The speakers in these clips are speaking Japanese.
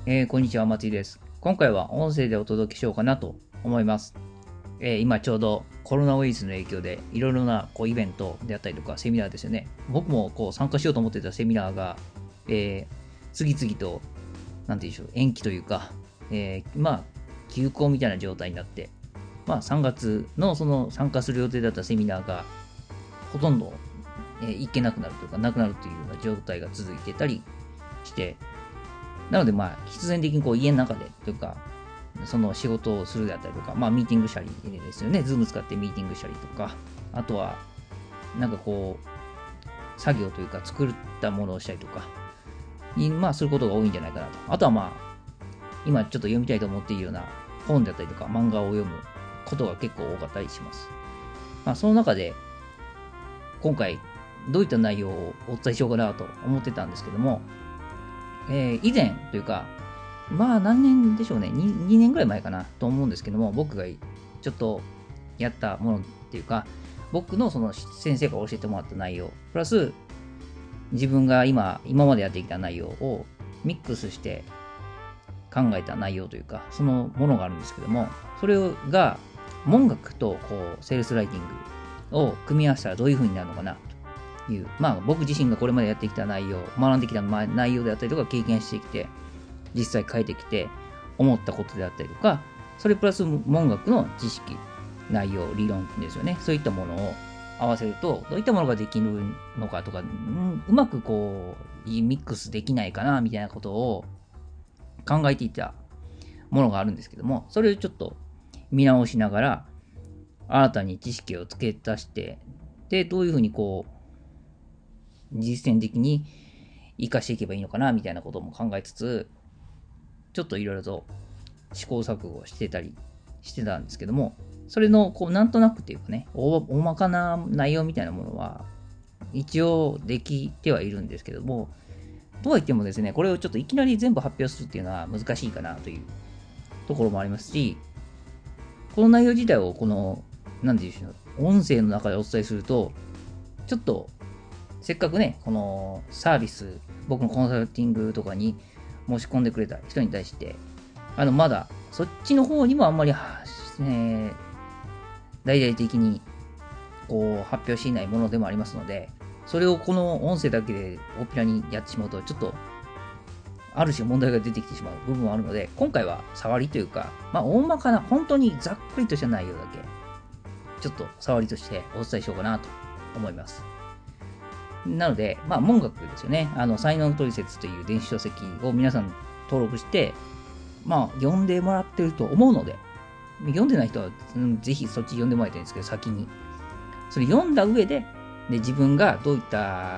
こんにちは、松井です。今回は音声でお届けしようかなと思います。今ちょうどコロナウイルスの影響でいろいろなイベントであったりとかセミナーですよね。僕も参加しようと思ってたセミナーが、次々と、なんて言うんでしょう、延期というか、休校みたいな状態になって、3月のその参加する予定だったセミナーがほとんど、行けなくなるというか、なくなるというような状態が続いてたりして、なので、必然的に家の中でというか、その仕事をするであったりとか、ミーティングしたりですよね。ズーム使ってミーティングしたりとか、あとは、作業というか、作ったものをしたりとか、することが多いんじゃないかなと。あとは今ちょっと読みたいと思っているような本であったりとか、漫画を読むことが結構多かったりします。その中で、今回、どういった内容をお伝えしようかなと思ってたんですけども、以前というか、何年でしょうね、2年ぐらい前かなと思うんですけども、僕がちょっとやったものっていうか、僕のその先生が教えてもらった内容、プラス自分が今までやってきた内容をミックスして考えた内容というか、そのものがあるんですけども、それが文学とセールスライティングを組み合わせたらどういう風になるのかないう、僕自身がこれまでやってきた内容、学んできた内容であったりとか経験してきて、実際書いてきて思ったことであったりとか、それプラス文学の知識、内容、理論ですよね。そういったものを合わせると、どういったものができるのかとか、うまくミックスできないかな、みたいなことを考えていたものがあるんですけども、それをちょっと見直しながら、新たに知識を付け足して、で、どういうふうに実践的に活かしていけばいいのかなみたいなことも考えつつ、ちょっといろいろと試行錯誤してたりしてたんですけども、それのなんとなくっていうかね、大まかな内容みたいなものは一応できてはいるんですけども、とはいってもですね、これをちょっといきなり全部発表するっていうのは難しいかなというところもありますし、この内容自体をなんていうんでしょう、音声の中でお伝えすると、ちょっとせっかくね、このサービス、僕のコンサルティングとかに申し込んでくれた人に対して、まだそっちの方にもあんまり、大々的に発表していないものでもありますので、それをこの音声だけで大っぴらにやってしまうと、ちょっとある種問題が出てきてしまう部分もあるので、今回は触りというか、大まかな、本当にざっくりとした内容だけ、ちょっと触りとしてお伝えしようかなと思います。なので、文学ですよね。才能のトリセツという電子書籍を皆さん登録して、読んでもらってると思うので、読んでない人は、ぜひそっち読んでもらいたいんですけど、先に。それ読んだ上で、自分がどういった、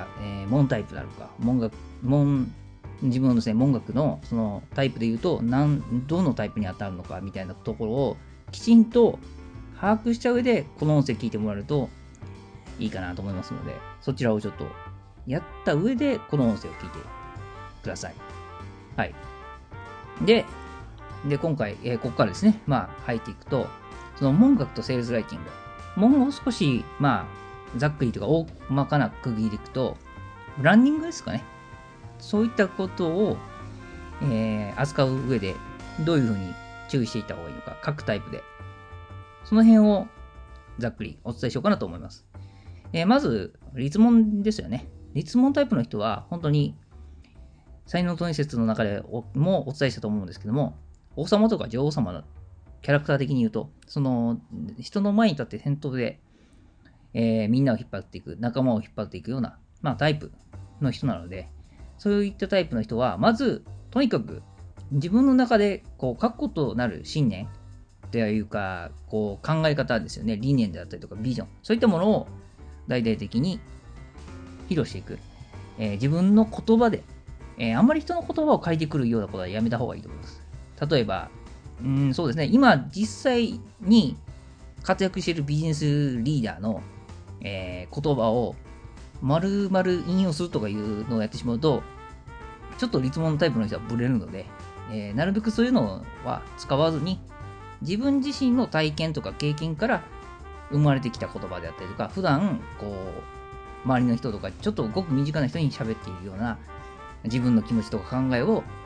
門タイプなのか、自分のですね、文学のそのタイプで言うと、どのタイプに当たるのかみたいなところをきちんと把握した上で、この音声聞いてもらえるといいかなと思いますので、そちらをちょっとやった上で、この音声を聞いてください。はい。で、今回、ここからですね、入っていくと、その文学とセールスライティング、もう少し、ざっくりとか大まかな区切りでいくと、ブランディングですかね。そういったことを、扱う上で、どういうふうに注意していった方がいいのか、各タイプで。その辺をざっくりお伝えしようかなと思います。まず、立問ですよね。立問タイプの人は、本当に、才能トリセツの中でもお伝えしたと思うんですけども、王様とか女王様のキャラクター的に言うと、その人の前に立って先頭で、みんなを引っ張っていく、仲間を引っ張っていくような、タイプの人なので、そういったタイプの人は、まず、とにかく自分の中で確固となる信念というか、考え方ですよね、理念であったりとかビジョン、そういったものを大々的に披露していく。自分の言葉で、あんまり人の言葉を書いてくるようなことはやめた方がいいと思います。例えば、そうですね、今実際に活躍しているビジネスリーダーの、言葉を丸々引用するとかいうのをやってしまうと、ちょっと立問タイプの人はブレるので、なるべくそういうのは使わずに、自分自身の体験とか経験から生まれてきた言葉であったりとか、普段周りの人とかちょっとごく身近な人に喋っているような自分の気持ちとか考えを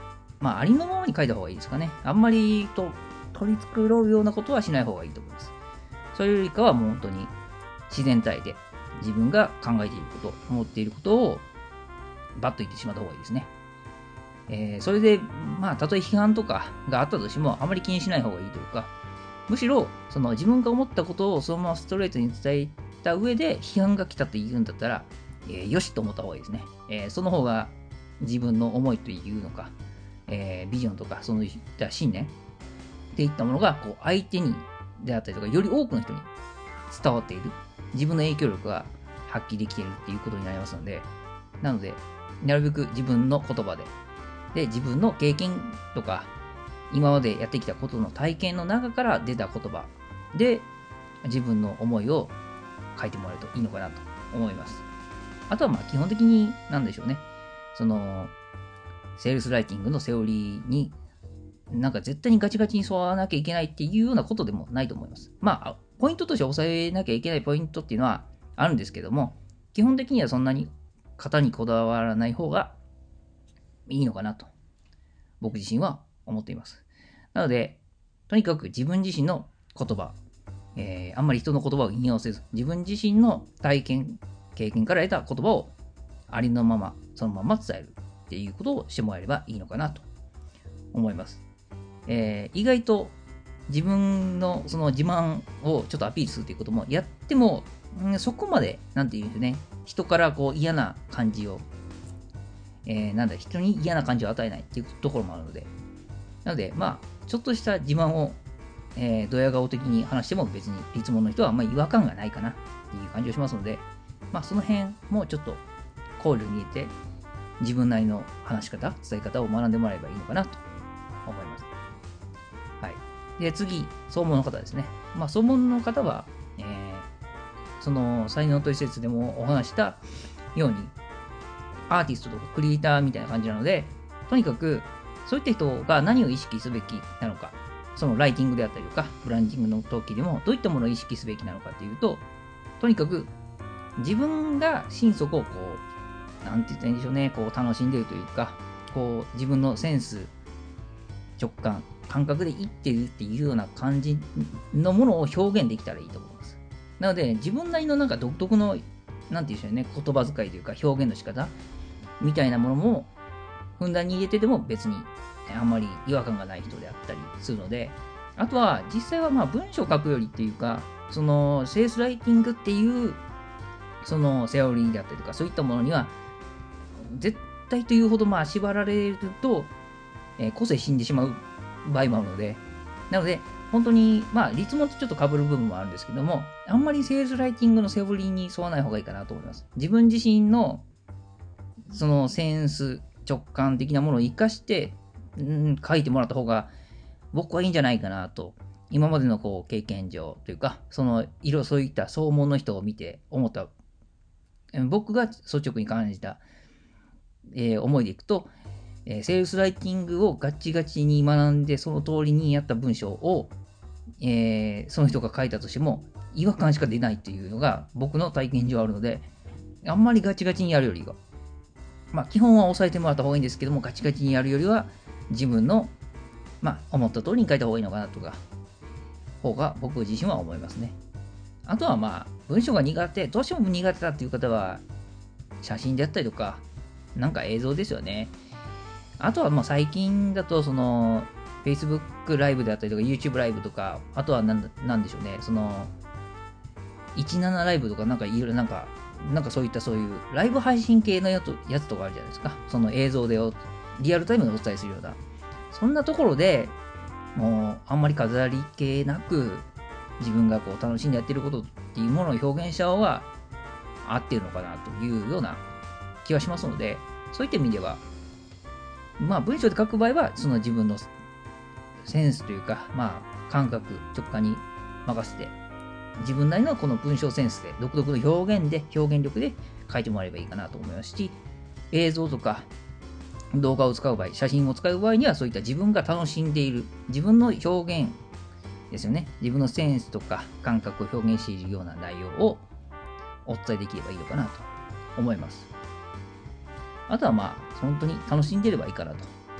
まあ、ありのままに書いた方がいいですかね。あんまり取り繕うようなことはしない方がいいと思います。それよりかはもう本当に自然体で自分が考えていること、思っていることをバッと言ってしまった方がいいですね。それで、まあ、たとえ批判とかがあったとしても、あまり気にしない方がいいというか、むしろ、その自分が思ったことをそのままストレートに伝えた上で、批判が来たと言うんだったら、よしと思った方がいいですね。その方が自分の思いというのか、ビジョンとか、そういった信念っていったものが、こう、相手にであったりとか、より多くの人に伝わっている。自分の影響力が発揮できているっていうことになりますので、なので、なるべく自分の言葉で、自分の経験とか、今までやってきたことの体験の中から出た言葉で、自分の思いを書いてもらえるといいのかなと思います。あとはまあ基本的になんでしょうね。その、セールスライティングのセオリーに、なんか絶対にガチガチに沿わなきゃいけないっていうようなことでもないと思います。まあ、ポイントとして押さえなきゃいけないポイントっていうのはあるんですけども、基本的にはそんなに型にこだわらない方がいいのかなと、僕自身は思っています。なので、とにかく自分自身の言葉、あんまり人の言葉を引用せず、自分自身の体験、経験から得た言葉をありのまま、そのまま伝えるっていうことをしてもらえればいいのかなと思います。意外と自分のその自慢をちょっとアピールするということもやっても、そこまで、なんていうんですね、人からこう嫌な感じを、人に嫌な感じを与えないっていうところもあるので、なので、まあ、ちょっとした自慢を、ドヤ顔的に話しても別にいつもの人はあんまり違和感がないかなっていう感じがしますので、まあ、その辺もちょっと考慮に入れて、自分なりの話し方、伝え方を学んでもらえばいいのかなと思います。はい。で、次、総門の方ですね。まあ、総門の方は、その才能と施設でもお話したように、アーティストとかクリエイターみたいな感じなので、とにかく、そういった人が何を意識すべきなのか、そのライティングであったりとか、ブランディングの時でも、どういったものを意識すべきなのかっていうと、とにかく、自分が心底をこう、なんて言ったらいいんでしょうね、こう楽しんでいるというか、こう自分のセンス、直感、感覚でいってるっていうような感じのものを表現できたらいいと思います。なので、自分なりのなんか独特の、なんて言うんでしょうね、言葉遣いというか表現の仕方みたいなものも、ふんだんに入れてても別にあんまり違和感がない人であったりするので、あとは実際はまあ文章を書くよりっていうか、そのセールスライティングっていうそのセオリーであったりとかそういったものには絶対というほどまあ縛られると、個性死んでしまう場合もあるので、なので本当にまあ立問とちょっと被る部分もあるんですけども、あんまりセールスライティングのセオリーに沿わない方がいいかなと思います。自分自身のそのセンス直感的なものを生かして、書いてもらった方が僕はいいんじゃないかなと、今までのこう経験上というか、そういった総門の人を見て思った、僕が率直に感じた、思いでいくと、セールスライティングをガチガチに学んで、その通りにやった文章を、その人が書いたとしても、違和感しか出ないっていうのが僕の体験上あるので、あんまりガチガチにやるよりは、まあ、基本は抑えてもらった方がいいんですけども、ガチガチにやるよりは、自分の、まあ、思った通りに書いた方がいいのかなとか、方が僕自身は思いますね。あとはまあ、文章が苦手、どうしても苦手だっていう方は、写真であったりとか、なんか映像ですよね。あとはまあ最近だと、Facebook ライブであったりとか、YouTube ライブとか、あとはなんでしょうね、17ライブとか、なんかいろいろなんかそういうライブ配信系のやつとかあるじゃないですか。その映像でリアルタイムでお伝えするような。そんなところでもうあんまり飾り気なく自分がこう楽しんでやってることっていうものを表現した方が合ってるのかなというような気はしますので、そういった意味では、まあ文章で書く場合はその自分のセンスというか、まあ感覚、直感に任せて、自分なりのこの文章センスで、独特の表現力で書いてもらえばいいかなと思いますし、映像とか動画を使う場合、写真を使う場合には、そういった自分が楽しんでいる、自分の表現ですよね。自分のセンスとか感覚を表現しているような内容をお伝えできればいいのかなと思います。あとはまあ、本当に楽しんでればいいかなと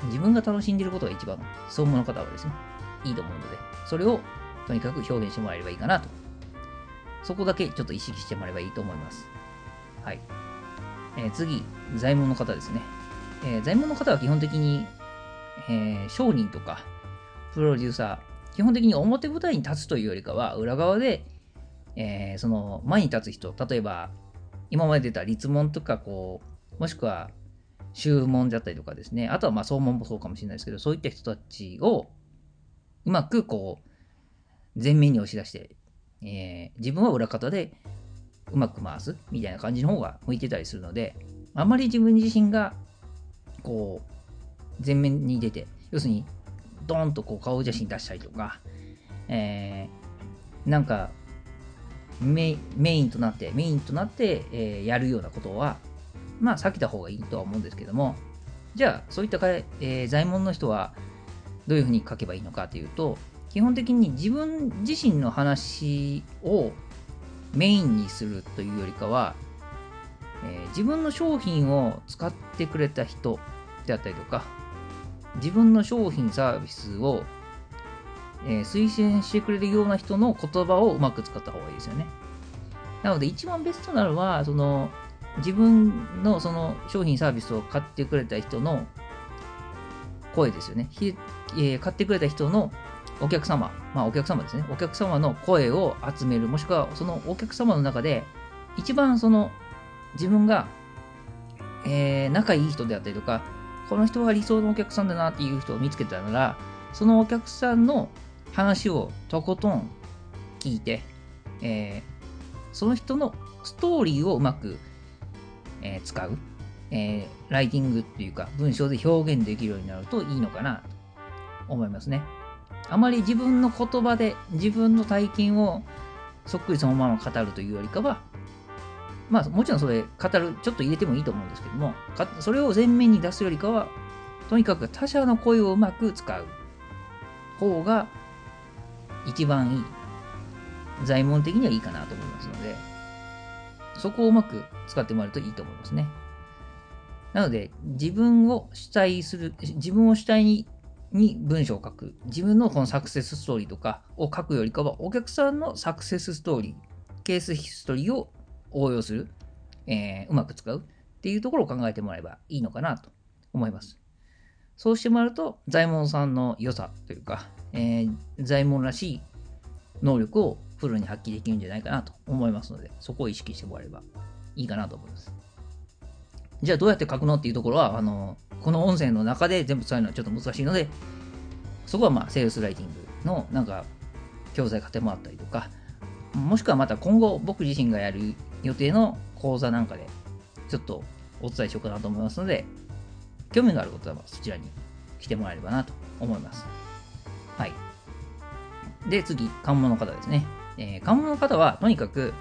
自分が楽しんでいることが一番、総務の方はですね、いいと思うので、それをとにかく表現してもらえればいいかなと。そこだけちょっと意識してもらえばいいと思います。はい。次、財務の方ですね。財務の方は基本的に、商人とかプロデューサー、基本的に表舞台に立つというよりかは、裏側で、その前に立つ人、例えば、今まで出た立門とか、もしくは、宗門だったりとかですね、あとはまあ総門もそうかもしれないですけど、そういった人たちをうまく前面に押し出して、自分は裏方でうまく回すみたいな感じの方が向いてたりするので、あまり自分自身が前面に出て、要するにドーンと顔写真出したりとか、なんかメインとなって、やるようなことは、まあ避けた方がいいとは思うんですけども、じゃあそういった、財門の人はどういうふうに書けばいいのかというと、基本的に自分自身の話をメインにするというよりかは、自分の商品を使ってくれた人であったりとか、自分の商品サービスを、推薦してくれるような人の言葉をうまく使った方がいいですよね。なので一番ベストなのは、自分のその商品サービスを買ってくれた人の声ですよね。買ってくれた人のお客様、お客様ですね。お客様の声を集める、もしくはそのお客様の中で一番自分が、仲いい人であったりとか、この人は理想のお客さんだなっていう人を見つけたなら、そのお客さんの話をとことん聞いて、その人のストーリーをうまく、使う、ライティングっていうか文章で表現できるようになるといいのかなと思いますね。あまり自分の言葉で自分の体験をそっくりそのまま語るというよりかは、まあもちろんそれ語るちょっと入れてもいいと思うんですけども、それを前面に出すよりかは、とにかく他者の声をうまく使う方が一番いい、財門的にはいいかなと思いますので、そこをうまく使ってもらうといいと思いますね。なので、自分を主体に文章を書く。自分のこのサクセスストーリーとかを書くよりかは、お客さんのサクセスストーリー、ケースヒストリーを応用する、うまく使うっていうところを考えてもらえばいいのかなと思います。そうしてもらうと、財門さんの良さというか、財門らしい能力をフルに発揮できるんじゃないかなと思いますので、そこを意識してもらえればいいかなと思います。じゃあどうやって書くのっていうところは、この音声の中で全部伝えるのはちょっと難しいので、そこはまあセールスライティングのなんか教材買ってもらったりとか、もしくはまた今後僕自身がやる予定の講座なんかでちょっとお伝えしようかなと思いますので、興味があることはそちらに来てもらえればなと思います。はい。で、次、関門の方ですね。関門の方はとにかく、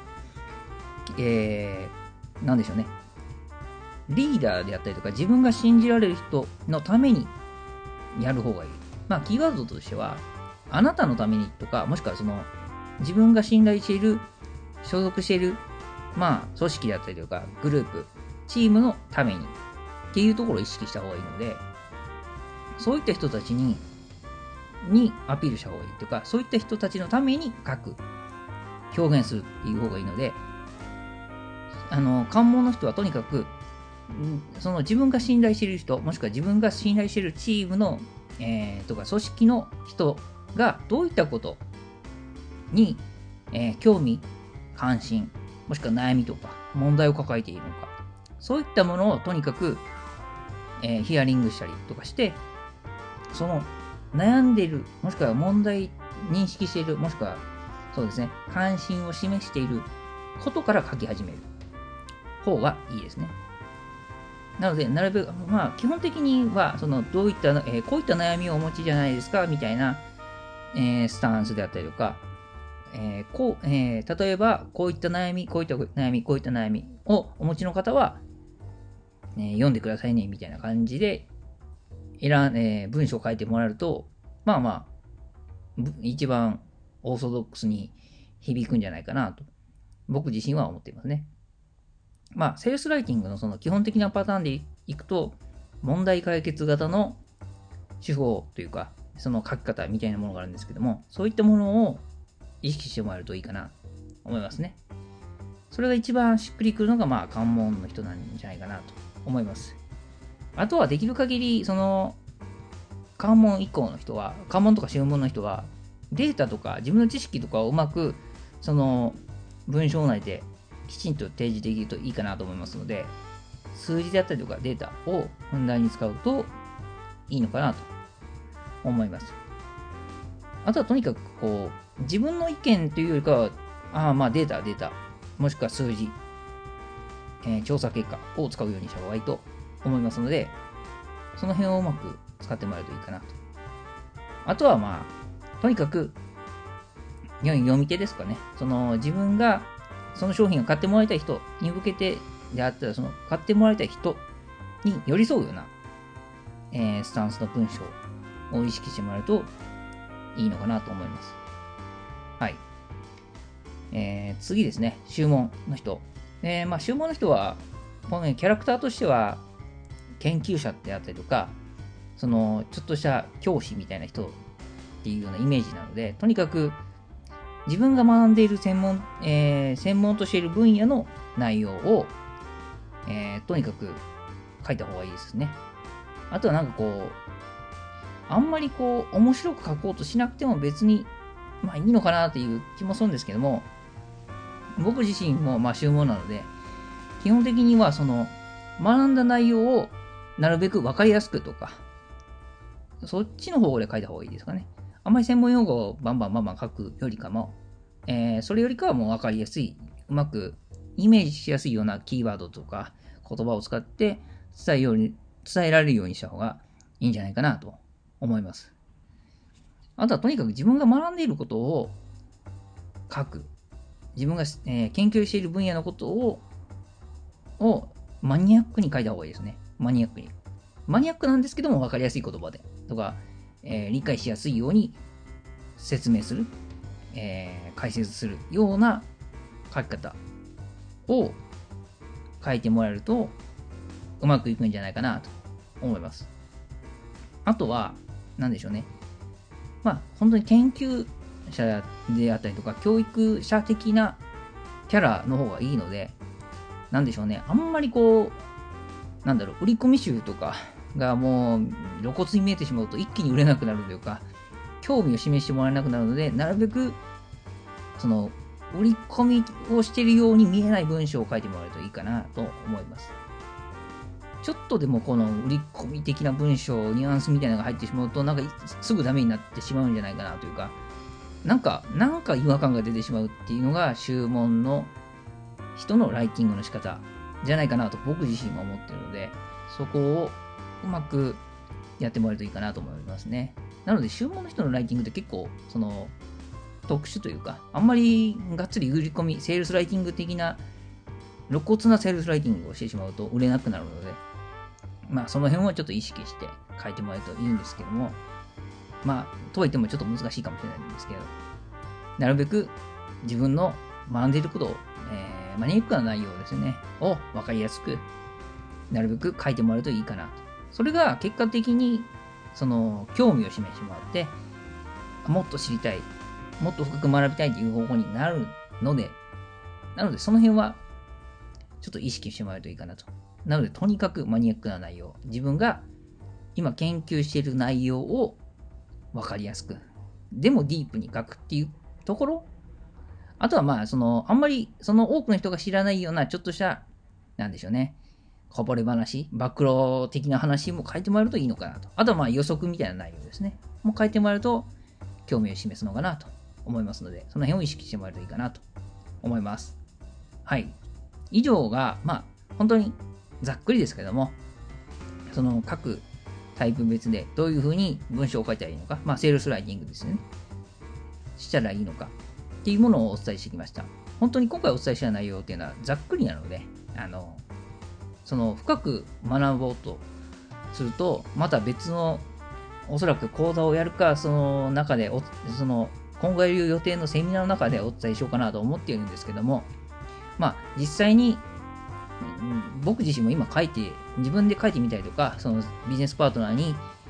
なんでしょうね。リーダーであったりとか自分が信じられる人のためにやる方がいい。まあ、キーワードとしては、あなたのためにとか、もしくは自分が信頼している、所属している、まあ、組織であったりとか、グループ、チームのためにっていうところを意識した方がいいので、そういった人たちにアピールした方がいいというか、そういった人たちのために書く、表現するっていう方がいいので、関門の人はとにかく、自分が信頼している人、もしくは自分が信頼しているチームの、とか組織の人がどういったことに、興味、関心、もしくは悩みとか問題を抱えているのか、そういったものをとにかく、ヒアリングしたりとかして、その悩んでいる、もしくは問題認識している、もしくはそうですね、関心を示していることから書き始める方がいいですね。なので、なるべく、まあ、基本的には、どういった、こういった悩みをお持ちじゃないですか、みたいな、スタンスであったりとか、例えば、こういった悩み、こういった悩み、こういった悩みをお持ちの方は、読んでくださいね、みたいな感じで、文章を書いてもらえると、まあまあ、一番オーソドックスに響くんじゃないかなと、僕自身は思っていますね。まあ、セールスライティングのその基本的なパターンでいくと、問題解決型の、 手法というか、その書き方みたいなものがあるんですけども、そういったものを意識してもらえるといいかなと思いますね。それが一番しっくりくるのが、まあ、関門の人なんじゃないかなと思います。あとはできる限り、その、関門以降の人は、関門とか宗門の人は、データとか自分の知識とかをうまく、その、文章内できちんと提示できるといいかなと思いますので、数字であったりとかデータをふんだんに使うといいのかなと思います。あとはとにかくこう、自分の意見というよりかは、まあデータ、もしくは数字、調査結果を使うようにした方がいいと思いますので、その辺をうまく使ってもらえるといいかなと。あとはまあ、とにかく、良い読み手ですかね。その自分がその商品を買ってもらいたい人に向けてであったら、その買ってもらいたい人に寄り添うような、スタンスの文章を意識してもらうといいのかなと思います。はい。次ですね、宗門の人。まあ、宗門の人は、この、ね、キャラクターとしては、研究者であったりとか、その、ちょっとした教師みたいな人っていうようなイメージなので、とにかく、自分が学んでいる専門としている分野の内容を、とにかく書いた方がいいですね。あとはなんかこう、あんまりこう、面白く書こうとしなくても別に、まあいいのかなっていう気もするんですけども、僕自身もまあ宗門なので、基本的にはその、学んだ内容をなるべく分かりやすくとか、そっちの方で書いた方がいいですかね。あんまり専門用語をバンバン書くよりかも、それよりかはもう分かりやすい、うまくイメージしやすいようなキーワードとか言葉を使って伝えられるようにした方がいいんじゃないかなと思います。あとはとにかく自分が学んでいることを書く。自分が、研究している分野のことをマニアックに書いた方がいいですね。マニアックに。マニアックなんですけども分かりやすい言葉でとか、理解しやすいように説明する、解説するような書き方を書いてもらえるとうまくいくんじゃないかなと思います。あとは、何でしょうね。まあ、本当に研究者であったりとか、教育者的なキャラの方がいいので、なんでしょうね。あんまりこう、なんだろう、売り込み集とかがもう露骨に見えてしまうと一気に売れなくなるというか、興味を示してもらえなくなるので、なるべく、その、売り込みをしているように見えない文章を書いてもらえるといいかなと思います。ちょっとでもこの売り込み的な文章、ニュアンスみたいなのが入ってしまうと、なんかすぐダメになってしまうんじゃないかなというか、なんか違和感が出てしまうっていうのが、宗門の人のライティングの仕方じゃないかなと僕自身は思っているので、そこをうまくやってもらえるといいかなと思いますね。なので、宗門の人のライティングって結構、その、特殊というか、あんまりがっつり売り込み、セールスライティング的な、露骨なセールスライティングをしてしまうと売れなくなるので、まあ、その辺をちょっと意識して書いてもらえるといいんですけども、まあ、とはいってもちょっと難しいかもしれないんですけど、なるべく自分の学んでいることを、マニアックな内容ですね、を分かりやすく、なるべく書いてもらうといいかなと。それが結果的に、その、興味を示してもらって、もっと知りたい、もっと深く学びたいという方向になるので、その辺は、ちょっと意識してもらえるといいかなと。なので、とにかくマニアックな内容、自分が今研究している内容を分かりやすく、でもディープに書くっていうところ、あとはまあ、あんまり、多くの人が知らないような、ちょっとした、なんでしょうね、こぼれ話、暴露的な話も書いてもらえるといいのかなと。あとはまあ、予測みたいな内容ですね。もう書いてもらえると、興味を示すのかなと思いますので、その辺を意識してもらえるといいかなと思います。はい。以上が、まあ、本当にざっくりですけども、その各タイプ別でどういうふうに文章を書いたらいいのか、まあ、セールスライティングですね。したらいいのかっていうものをお伝えしてきました。本当に今回お伝えした内容っていうのはざっくりなので、その深く学ぼうとすると、また別のおそらく講座をやるか、その中で今後やる予定のセミナーの中でお伝えしようかなと思っているんですけども、まあ、実際に、僕自身も今自分で書いてみたりとか、そのビジネスパートナーに、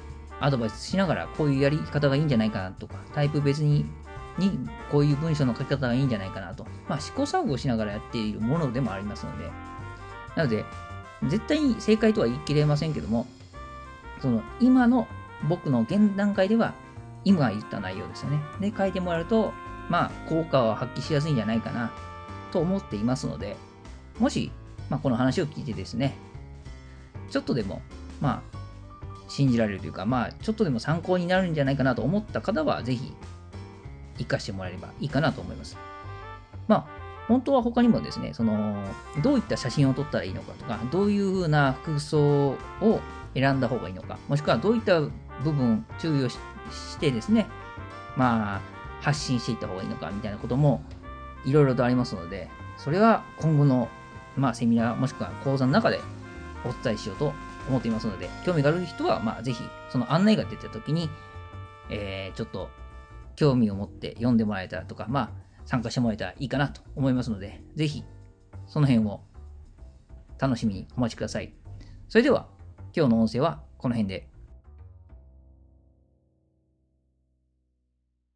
アドバイスしながら、こういうやり方がいいんじゃないかなとか、タイプ別にこういう文章の書き方がいいんじゃないかなと、試行錯誤しながらやっているものでもありますので、なので、絶対に正解とは言い切れませんけども、その今の僕の現段階では、今言った内容ですよね。で、書いてもらうと、効果を発揮しやすいんじゃないかなと思っていますので、もし、この話を聞いてですね、ちょっとでも、信じられるというか、ちょっとでも参考になるんじゃないかなと思った方は、ぜひ、活かしてもらえればいいかなと思います。本当は他にもですね、どういった写真を撮ったらいいのかとか、どういう風な服装を選んだ方がいいのか、もしくはどういった部分注意をしてですね、発信していった方がいいのかみたいなこともいろいろとありますので、それは今後の、セミナーもしくは講座の中でお伝えしようと思っていますので、興味がある人は、ぜひその案内が出た時に、ちょっと興味を持って読んでもらえたらとか、参加してもらえたらいいかなと思いますので、ぜひその辺を楽しみにお待ちください。それでは今日の音声はこの辺で